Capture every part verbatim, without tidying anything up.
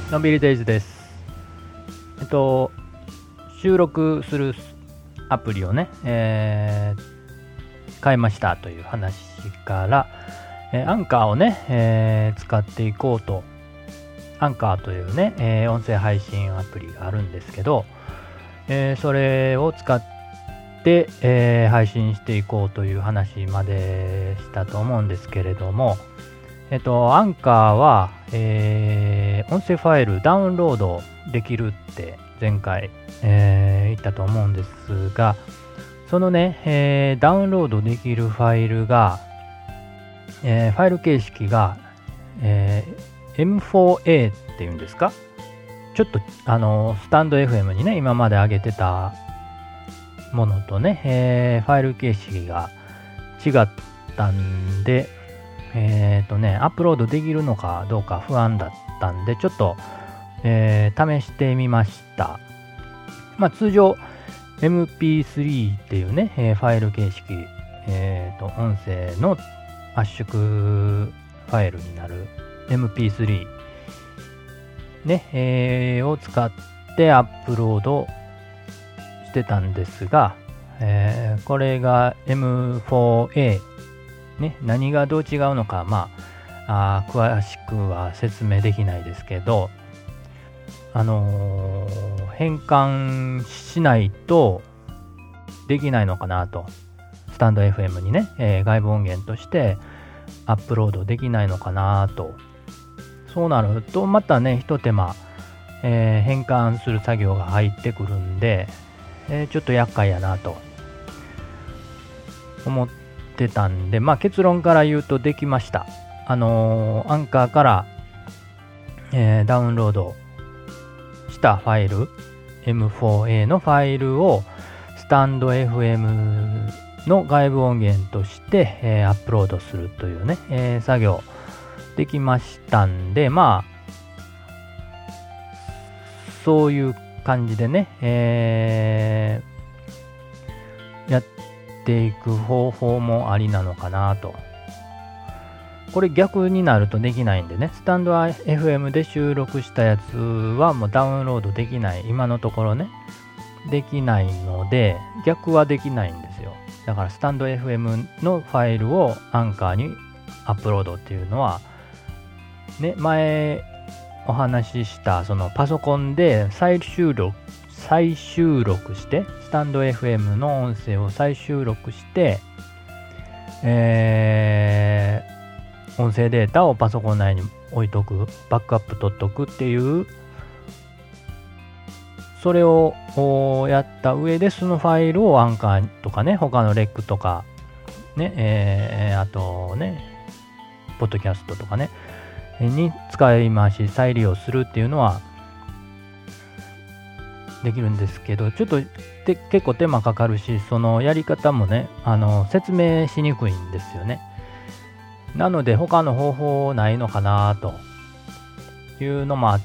のんびりデイズです。えっと収録するアプリをね、えー、変えましたという話から、えー、アンカーをね、えー、使っていこうと。アンカーというね、えー、音声配信アプリがあるんですけど、えー、それを使って、えー、配信していこうという話までしたと思うんですけれども、えっと、アンカーは、えー、音声ファイルダウンロードできるって前回、えー、言ったと思うんですが、そのね、えー、ダウンロードできるファイルが、えー、ファイル形式が、えー、エムフォーエー っていうんですか、ちょっとあのスタンド エフエム にね今まで上げてたものとね、えー、ファイル形式が違ったんで、えーとね、アップロードできるのかどうか不安だったんで、ちょっと、えー試してみました。まあ、通常 エムピースリー っていうね、えーファイル形式、えーと音声の圧縮ファイルになる エムピースリー、ねえーを使ってアップロードしてたんですが、えーこれが エムフォーエーね、何がどう違うのか、まあ、あ詳しくは説明できないですけど、あのー変換しないとできないのかなと。スタンド エフエム にね、えー外部音源としてアップロードできないのかなと。そうなるとまたね、一手間、えー変換する作業が入ってくるんで、えーちょっと厄介やなと思っててたんで、まあ、結論から言うとできました。あのー、アンカーから、えー、ダウンロードしたファイル エムフォーエー のファイルをスタンド エフエム の外部音源として、えー、アップロードするというね、えー、作業できましたんで、まあそういう感じでね、えー、やってていく方法もありなのかなと。これ逆になるとできないんでね、スタンド エフエム で収録したやつはもうダウンロードできない、今のところねできないので、逆はできないんですよ。だからスタンド エフエム のファイルをアンカーにアップロードっていうのはね、前お話ししたそのパソコンで再収録再収録してスタンド エフエム の音声を再収録して、えー、音声データをパソコン内に置いとく、バックアップ取っとくっていう、それをやった上でそのファイルをアンカーとかね、他のレックとかね、えー、あとねポッドキャストとかねに使い回し再利用するっていうのはできるんですけど、ちょっとて結構手間かかるし、そのやり方もね、あの説明しにくいんですよね。なので他の方法ないのかなというのもあって、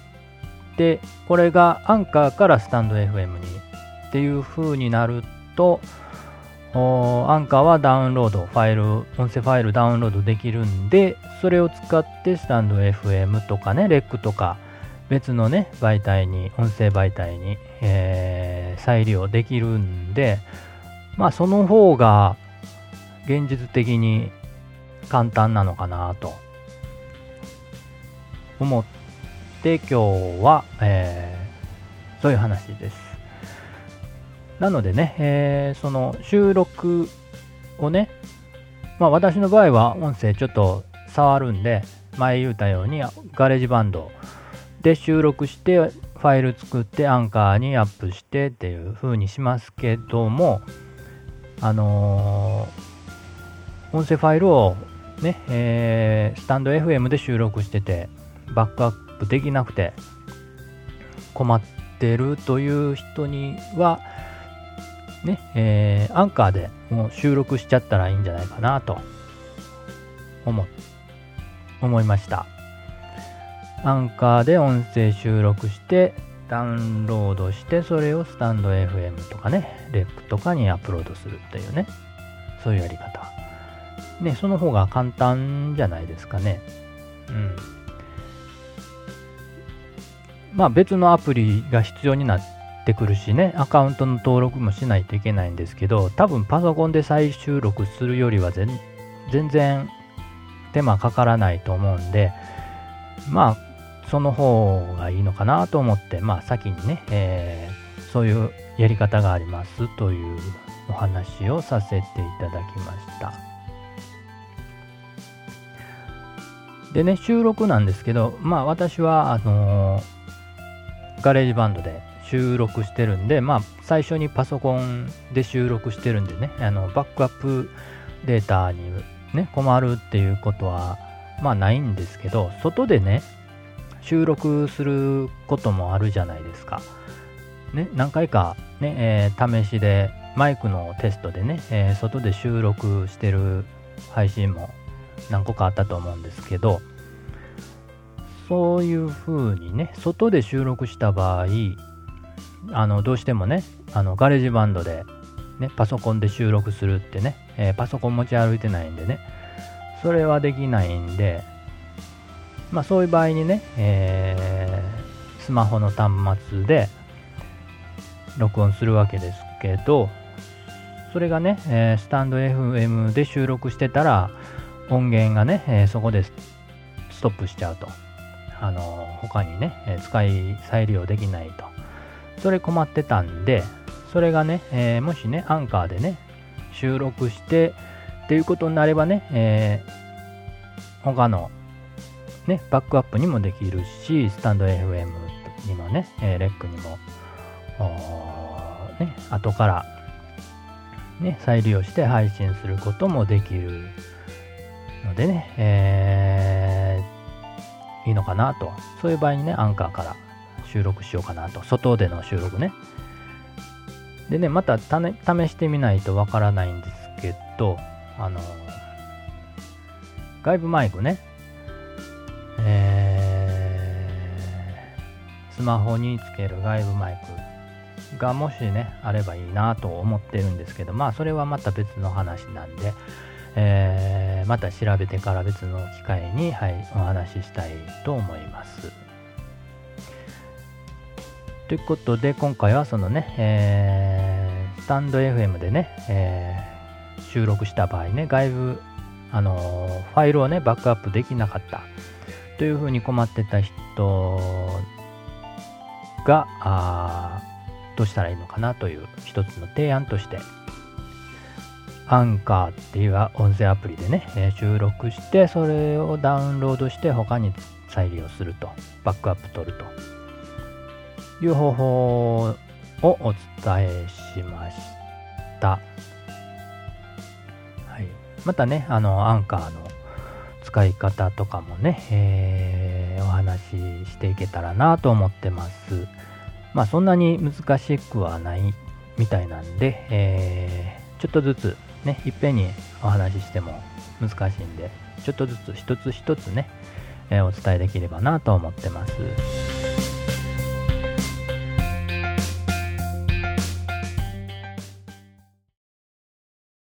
これがアンカーからスタンド エフエム にっていう風になると、アンカーはダウンロードファイル、音声ファイルダウンロードできるんで、それを使ってスタンド エフエム とかね、レックとか別のね媒体に、音声媒体に、えー、再利用できるんで、まあその方が現実的に簡単なのかなと思って今日は、えー、そういう話です。なのでね、えー、その収録をね、まあ私の場合は音声ちょっと触るんで、前言ったようにガレージバンドで収録してファイル作ってアンカーにアップしてっていう風にしますけども、あのー、音声ファイルをね、えー、スタンド エフエム で収録しててバックアップできなくて困ってるという人にはね、えー、アンカーでもう収録しちゃったらいいんじゃないかなと思思いました。アンカーで音声収録してダウンロードして、それをスタンド エフエム とかね、レックとかにアップロードするっていうね、そういうやり方ね、その方が簡単じゃないですかね。うんまあ別のアプリが必要になってくるしね、アカウントの登録もしないといけないんですけど、多分パソコンで再収録するよりは全全然手間かからないと思うんで、まあその方がいいのかなと思って、まあ先にね、えー、そういうやり方がありますというお話をさせていただきました。でね、収録なんですけど、まあ私はあのー、ガレージバンドで収録してるんで、まあ最初にパソコンで収録してるんでね、あのバックアップデータにね困るっていうことはまあないんですけど、外でね収録することもあるじゃないですか。ね、何回かね、えー、試しでマイクのテストでね、えー、外で収録してる配信も何個かあったと思うんですけど、そういう風にね外で収録した場合、あのどうしてもねあのガレージバンドで、ね、パソコンで収録するってね、えー、パソコン持ち歩いてないんでね、それはできないんで、まあそういう場合にね、えー、スマホの端末で録音するわけですけど、それがね、えー、スタンド エフエム で収録してたら音源がね、えー、そこでストップしちゃうと、あのー、他にね、えー、使い再利用できないと、それ困ってたんで、それがね、えー、もしねアンカーでね収録してっていうことになればね、えー、他のねバックアップにもできるし、スタンド エフエム にもね、えー、レックにもね後からね再利用して配信することもできるのでね、えー、いいのかなと。そういう場合にねアンカーから収録しようかなと、外での収録ね。でね、またた、ね、試してみないとわからないんですけど、あの外部マイクね、えー、スマホにつける外部マイクがもしねあればいいなと思ってるんですけど、まあそれはまた別の話なんで、えー、また調べてから別の機会に、はい、お話ししたいと思います。ということで今回はそのね、えー、スタンド エフエム でね、えー、収録した場合ね、外部あのー、ファイルをねバックアップできなかったというふうに困ってた人があどうしたらいいのかなという一つの提案として、アンカーっていう音声アプリでね、えー、収録してそれをダウンロードして他に再利用すると、バックアップ取るという方法をお伝えしました。はい、またねあのアンカーの使い方とかもね、えー、お話ししていけたらなと思ってます。まあそんなに難しくはないみたいなんで、えー、ちょっとずつねいっぺんにお話ししても難しいんで、ちょっとずつ一つ一つね、えー、お伝えできればなと思ってます。